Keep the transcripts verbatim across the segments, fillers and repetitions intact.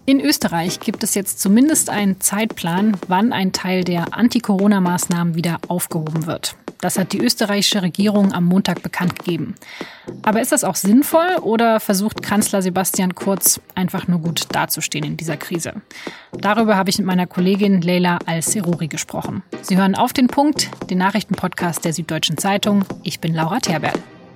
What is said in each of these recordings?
In Österreich gibt es jetzt zumindest einen Zeitplan, wann ein Teil der Anti-Corona-Maßnahmen wieder aufgehoben wird. Das hat die österreichische Regierung am Montag bekannt gegeben. Aber ist das auch sinnvoll oder versucht Kanzler Sebastian Kurz einfach nur gut dazustehen in dieser Krise? Darüber habe ich mit meiner Kollegin Leila Al-Seruri gesprochen. Sie hören auf den Punkt, den Nachrichtenpodcast der Süddeutschen Zeitung. Ich bin Laura Terberl.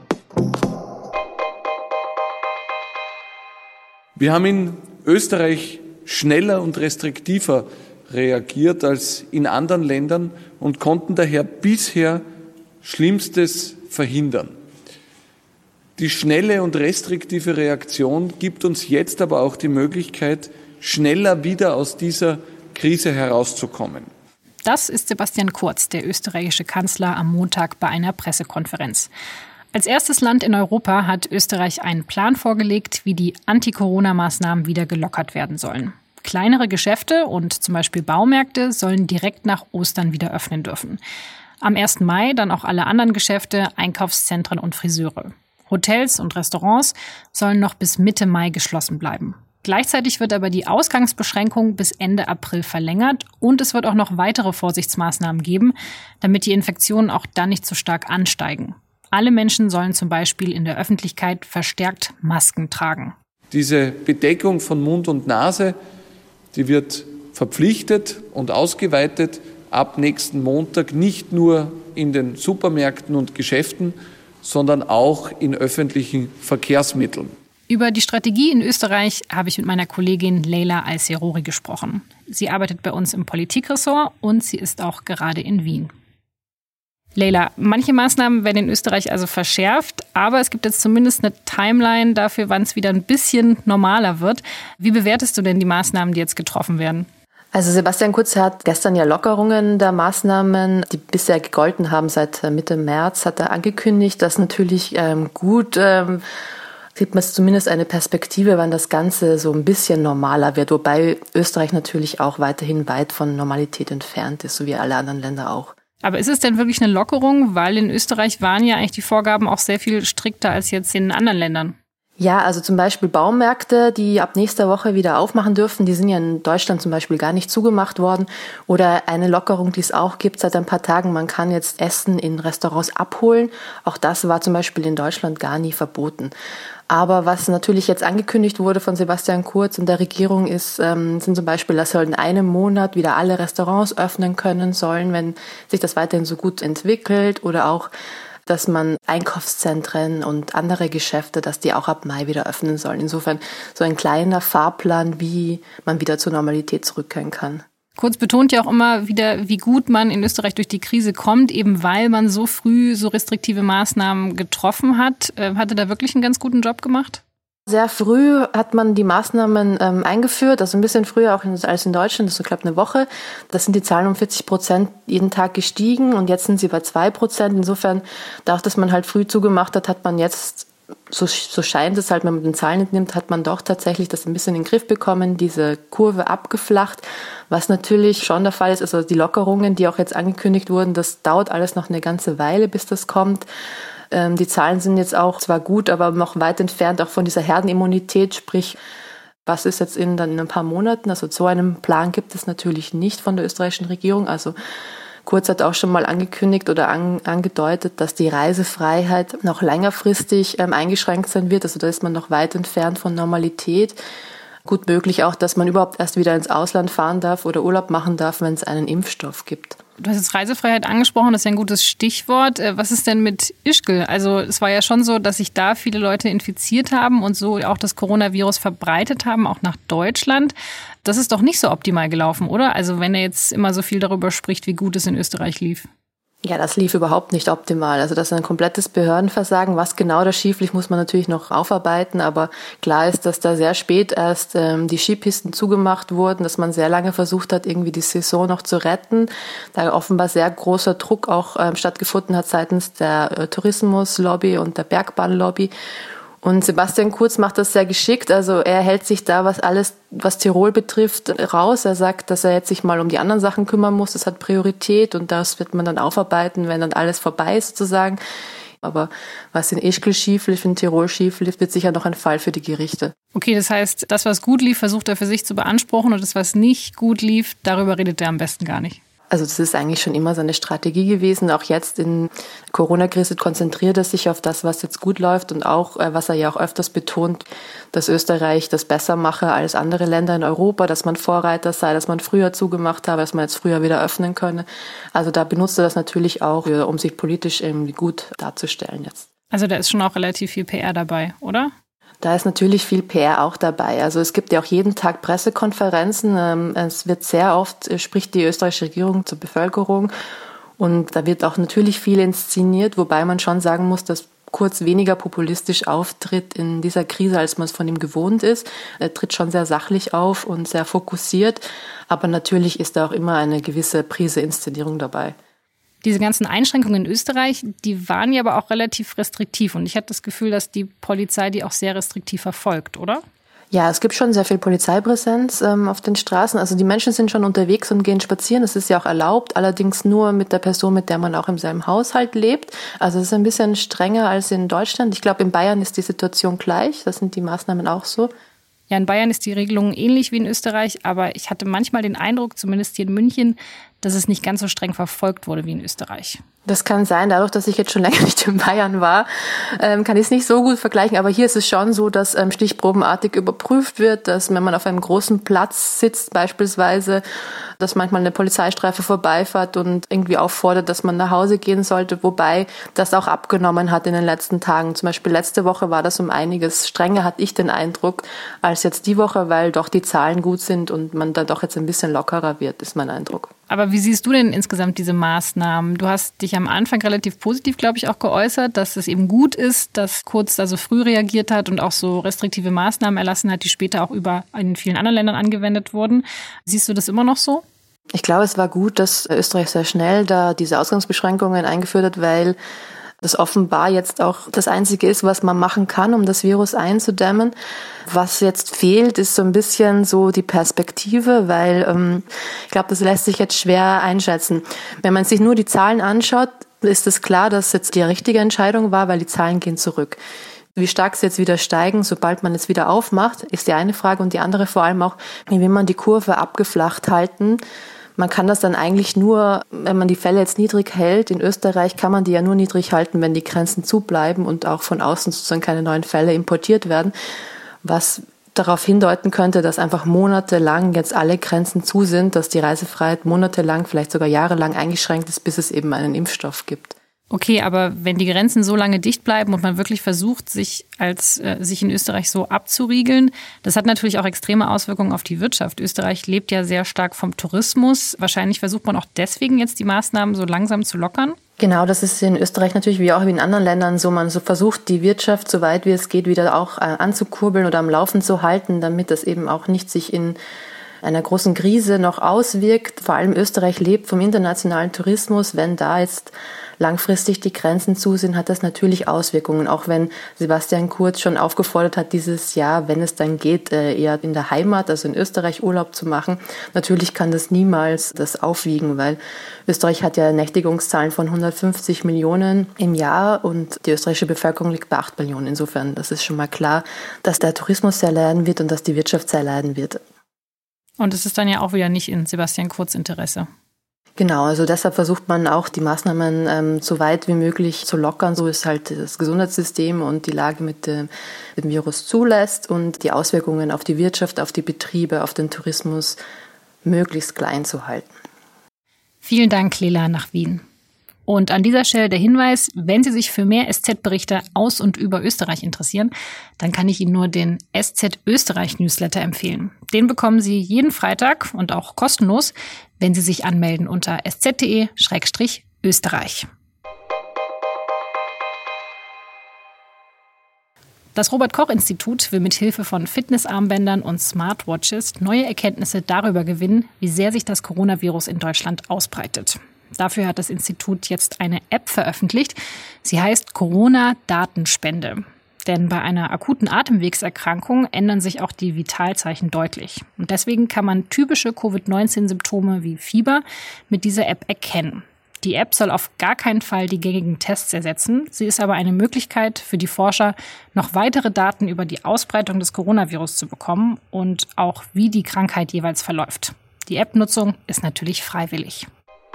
Wir haben in Österreich schneller und restriktiver reagiert als in anderen Ländern und konnten daher bisher Schlimmstes verhindern. Die schnelle und restriktive Reaktion gibt uns jetzt aber auch die Möglichkeit, schneller wieder aus dieser Krise herauszukommen. Das ist Sebastian Kurz, der österreichische Kanzler, am Montag bei einer Pressekonferenz. Als erstes Land in Europa hat Österreich einen Plan vorgelegt, wie die Anti-Corona-Maßnahmen wieder gelockert werden sollen. Kleinere Geschäfte und zum Beispiel Baumärkte sollen direkt nach Ostern wieder öffnen dürfen. Am ersten Mai dann auch alle anderen Geschäfte, Einkaufszentren und Friseure. Hotels und Restaurants sollen noch bis Mitte Mai geschlossen bleiben. Gleichzeitig wird aber die Ausgangsbeschränkung bis Ende April verlängert und es wird auch noch weitere Vorsichtsmaßnahmen geben, damit die Infektionen auch dann nicht so stark ansteigen. Alle Menschen sollen zum Beispiel in der Öffentlichkeit verstärkt Masken tragen. Diese Bedeckung von Mund und Nase, die wird verpflichtet und ausgeweitet ab nächsten Montag nicht nur in den Supermärkten und Geschäften, sondern auch in öffentlichen Verkehrsmitteln. Über die Strategie in Österreich habe ich mit meiner Kollegin Leila Al-Seruri gesprochen. Sie arbeitet bei uns im Politikressort und sie ist auch gerade in Wien. Leila, manche Maßnahmen werden in Österreich also verschärft, aber es gibt jetzt zumindest eine Timeline dafür, wann es wieder ein bisschen normaler wird. Wie bewertest du denn die Maßnahmen, die jetzt getroffen werden? Also Sebastian Kurz hat gestern ja Lockerungen der Maßnahmen, die bisher gegolten haben seit Mitte März, hat er angekündigt, dass natürlich ähm, gut ähm, sieht man zumindest eine Perspektive, wann das Ganze so ein bisschen normaler wird, wobei Österreich natürlich auch weiterhin weit von Normalität entfernt ist, so wie alle anderen Länder auch. Aber ist es denn wirklich eine Lockerung? Weil in Österreich waren ja eigentlich die Vorgaben auch sehr viel strikter als jetzt in anderen Ländern. Ja, also zum Beispiel Baumärkte, die ab nächster Woche wieder aufmachen dürfen, die sind ja in Deutschland zum Beispiel gar nicht zugemacht worden. Oder eine Lockerung, die es auch gibt seit ein paar Tagen, man kann jetzt Essen in Restaurants abholen. Auch das war zum Beispiel in Deutschland gar nie verboten. Aber was natürlich jetzt angekündigt wurde von Sebastian Kurz und der Regierung ist, ähm, sind zum Beispiel, dass in einem Monat wieder alle Restaurants öffnen können sollen, wenn sich das weiterhin so gut entwickelt, oder auch, dass man Einkaufszentren und andere Geschäfte, dass die auch ab Mai wieder öffnen sollen. Insofern so ein kleiner Fahrplan, wie man wieder zur Normalität zurückkehren kann. Kurz betont ja auch immer wieder, wie gut man in Österreich durch die Krise kommt, eben weil man so früh so restriktive Maßnahmen getroffen hat. Hat er da wirklich einen ganz guten Job gemacht? Sehr früh hat man die Maßnahmen ähm, eingeführt, also ein bisschen früher auch in, als in Deutschland, das ist so knapp eine Woche. Das sind die Zahlen um vierzig Prozent jeden Tag gestiegen und jetzt sind sie bei zwei Prozent. Insofern, dadurch, dass man halt früh zugemacht hat, hat man jetzt, so, so scheint es halt, wenn man den Zahlen entnimmt, hat man doch tatsächlich das ein bisschen in den Griff bekommen, diese Kurve abgeflacht. Was natürlich schon der Fall ist, also die Lockerungen, die auch jetzt angekündigt wurden, das dauert alles noch eine ganze Weile, bis das kommt. Ähm, die Zahlen sind jetzt auch zwar gut, aber noch weit entfernt auch von dieser Herdenimmunität, sprich, was ist jetzt in, dann in ein paar Monaten? Also so einen Plan gibt es natürlich nicht von der österreichischen Regierung. Also Kurz hat auch schon mal angekündigt oder an, angedeutet, dass die Reisefreiheit noch längerfristig ähm, eingeschränkt sein wird. Also da ist man noch weit entfernt von Normalität. Gut möglich auch, dass man überhaupt erst wieder ins Ausland fahren darf oder Urlaub machen darf, wenn es einen Impfstoff gibt. Du hast jetzt Reisefreiheit angesprochen, das ist ja ein gutes Stichwort. Was ist denn mit Ischgl? Also es war ja schon so, dass sich da viele Leute infiziert haben und so auch das Coronavirus verbreitet haben, auch nach Deutschland. Das ist doch nicht so optimal gelaufen, oder? Also wenn er jetzt immer so viel darüber spricht, wie gut es in Österreich lief. Ja, das lief überhaupt nicht optimal. Also das ist ein komplettes Behördenversagen. Was genau da schief lief, muss man natürlich noch aufarbeiten. Aber klar ist, dass da sehr spät erst ähm, die Skipisten zugemacht wurden, dass man sehr lange versucht hat, irgendwie die Saison noch zu retten. Da offenbar sehr großer Druck auch ähm, stattgefunden hat seitens der äh, Tourismuslobby und der Bergbahnlobby. Und Sebastian Kurz macht das sehr geschickt. Also er hält sich da, was alles, was Tirol betrifft, raus. Er sagt, dass er jetzt sich mal um die anderen Sachen kümmern muss. Das hat Priorität und das wird man dann aufarbeiten, wenn dann alles vorbei ist sozusagen. Aber was in Ischgl schief lief, in Tirol schief lief, wird sicher noch ein Fall für die Gerichte. Okay, das heißt, das, was gut lief, versucht er für sich zu beanspruchen und das, was nicht gut lief, darüber redet er am besten gar nicht. Also das ist eigentlich schon immer seine Strategie gewesen. Auch jetzt in Corona-Krise konzentriert er sich auf das, was jetzt gut läuft und auch, was er ja auch öfters betont, dass Österreich das besser mache als andere Länder in Europa, dass man Vorreiter sei, dass man früher zugemacht habe, dass man jetzt früher wieder öffnen könne. Also da benutzt er das natürlich auch, um sich politisch irgendwie gut darzustellen jetzt. Also da ist schon auch relativ viel P R dabei, oder? Da ist natürlich viel P R auch dabei. Also es gibt ja auch jeden Tag Pressekonferenzen. Es wird sehr oft, spricht die österreichische Regierung zur Bevölkerung. Und da wird auch natürlich viel inszeniert, wobei man schon sagen muss, dass Kurz weniger populistisch auftritt in dieser Krise, als man es von ihm gewohnt ist. Er tritt schon sehr sachlich auf und sehr fokussiert. Aber natürlich ist da auch immer eine gewisse Prise Inszenierung dabei. Diese ganzen Einschränkungen in Österreich, die waren ja aber auch relativ restriktiv. Und ich hatte das Gefühl, dass die Polizei die auch sehr restriktiv verfolgt, oder? Ja, es gibt schon sehr viel Polizeipräsenz ähm, auf den Straßen. Also die Menschen sind schon unterwegs und gehen spazieren. Das ist ja auch erlaubt, allerdings nur mit der Person, mit der man auch in seinem Haushalt lebt. Also es ist ein bisschen strenger als in Deutschland. Ich glaube, in Bayern ist die Situation gleich. Da sind die Maßnahmen auch so. Ja, in Bayern ist die Regelung ähnlich wie in Österreich, aber ich hatte manchmal den Eindruck, zumindest hier in München, dass es nicht ganz so streng verfolgt wurde wie in Österreich. Das kann sein, dadurch, dass ich jetzt schon länger nicht in Bayern war, ähm, kann ich es nicht so gut vergleichen. Aber hier ist es schon so, dass ähm, stichprobenartig überprüft wird, dass wenn man auf einem großen Platz sitzt beispielsweise, dass manchmal eine Polizeistreife vorbeifährt und irgendwie auffordert, dass man nach Hause gehen sollte, wobei das auch abgenommen hat in den letzten Tagen. Zum Beispiel letzte Woche war das um einiges strenger, hatte ich den Eindruck, als jetzt die Woche, weil doch die Zahlen gut sind und man da doch jetzt ein bisschen lockerer wird, ist mein Eindruck. Aber wie siehst du denn insgesamt diese Maßnahmen? Du hast dich am Anfang relativ positiv, glaube ich, auch geäußert, dass es eben gut ist, dass Kurz da so früh reagiert hat und auch so restriktive Maßnahmen erlassen hat, die später auch über in vielen anderen Ländern angewendet wurden. Siehst du das immer noch so? Ich glaube, es war gut, dass Österreich sehr schnell da diese Ausgangsbeschränkungen eingeführt hat, weil das offenbar jetzt auch das Einzige ist, was man machen kann, um das Virus einzudämmen. Was jetzt fehlt, ist so ein bisschen so die Perspektive, weil ähm, ich glaube, das lässt sich jetzt schwer einschätzen. Wenn man sich nur die Zahlen anschaut, ist es klar, dass jetzt die richtige Entscheidung war, weil die Zahlen gehen zurück. Wie stark sie jetzt wieder steigen, sobald man es wieder aufmacht, ist die eine Frage. Und die andere vor allem auch, wie will man die Kurve abgeflacht halten? Man kann das dann eigentlich nur, wenn man die Fälle jetzt niedrig hält. In Österreich kann man die ja nur niedrig halten, wenn die Grenzen zubleiben und auch von außen sozusagen keine neuen Fälle importiert werden. Was darauf hindeuten könnte, dass einfach monatelang jetzt alle Grenzen zu sind, dass die Reisefreiheit monatelang, vielleicht sogar jahrelang eingeschränkt ist, bis es eben einen Impfstoff gibt. Okay, aber wenn die Grenzen so lange dicht bleiben und man wirklich versucht, sich als äh, sich in Österreich so abzuriegeln, das hat natürlich auch extreme Auswirkungen auf die Wirtschaft. Österreich lebt ja sehr stark vom Tourismus. Wahrscheinlich versucht man auch deswegen jetzt die Maßnahmen so langsam zu lockern. Genau, das ist in Österreich natürlich wie auch in anderen Ländern so. Man so versucht, die Wirtschaft, so weit wie es geht, wieder auch äh, anzukurbeln oder am Laufen zu halten, damit das eben auch nicht sich in einer großen Krise noch auswirkt. Vor allem Österreich lebt vom internationalen Tourismus. Wenn da jetzt langfristig die Grenzen zu sind, hat das natürlich Auswirkungen. Auch wenn Sebastian Kurz schon aufgefordert hat, dieses Jahr, wenn es dann geht, eher in der Heimat, also in Österreich Urlaub zu machen. Natürlich kann das niemals das aufwiegen, weil Österreich hat ja Nächtigungszahlen von hundertfünfzig Millionen im Jahr und die österreichische Bevölkerung liegt bei acht Millionen. Insofern, das ist schon mal klar, dass der Tourismus sehr leiden wird und dass die Wirtschaft sehr leiden wird. Und es ist dann ja auch wieder nicht in Sebastian Kurz Interesse. Genau, also deshalb versucht man auch, die Maßnahmen ähm, so weit wie möglich zu lockern. So ist halt das Gesundheitssystem und die Lage mit dem, dem Virus zulässt und die Auswirkungen auf die Wirtschaft, auf die Betriebe, auf den Tourismus möglichst klein zu halten. Vielen Dank, Lela, nach Wien. Und an dieser Stelle der Hinweis, wenn Sie sich für mehr S Z-Berichte aus und über Österreich interessieren, dann kann ich Ihnen nur den S Z Österreich Newsletter empfehlen. Den bekommen Sie jeden Freitag und auch kostenlos, wenn Sie sich anmelden unter s z punkt d e slash österreich. Das Robert-Koch-Institut will mit Hilfe von Fitnessarmbändern und Smartwatches neue Erkenntnisse darüber gewinnen, wie sehr sich das Coronavirus in Deutschland ausbreitet. Dafür hat das Institut jetzt eine App veröffentlicht. Sie heißt Corona-Datenspende. Denn bei einer akuten Atemwegserkrankung ändern sich auch die Vitalzeichen deutlich. Und deswegen kann man typische Covid neunzehn Symptome wie Fieber mit dieser App erkennen. Die App soll auf gar keinen Fall die gängigen Tests ersetzen. Sie ist aber eine Möglichkeit für die Forscher, noch weitere Daten über die Ausbreitung des Coronavirus zu bekommen und auch wie die Krankheit jeweils verläuft. Die App-Nutzung ist natürlich freiwillig.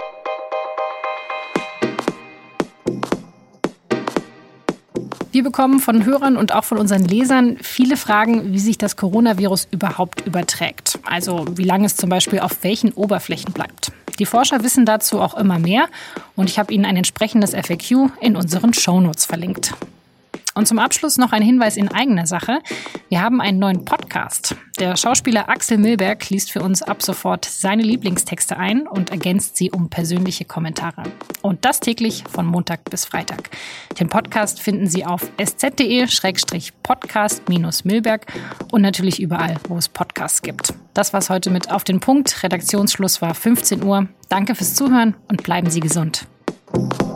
Wir bekommen von Hörern und auch von unseren Lesern viele Fragen, wie sich das Coronavirus überhaupt überträgt. Also wie lange es zum Beispiel auf welchen Oberflächen bleibt. Die Forscher wissen dazu auch immer mehr und ich habe Ihnen ein entsprechendes F A Q in unseren Shownotes verlinkt. Und zum Abschluss noch ein Hinweis in eigener Sache. Wir haben einen neuen Podcast. Der Schauspieler Axel Milberg liest für uns ab sofort seine Lieblingstexte ein und ergänzt sie um persönliche Kommentare. Und das täglich von Montag bis Freitag. Den Podcast finden Sie auf sz.de podcast Milberg und natürlich überall, wo es Podcasts gibt. Das war's heute mit Auf den Punkt. Redaktionsschluss war fünfzehn Uhr. Danke fürs Zuhören und bleiben Sie gesund.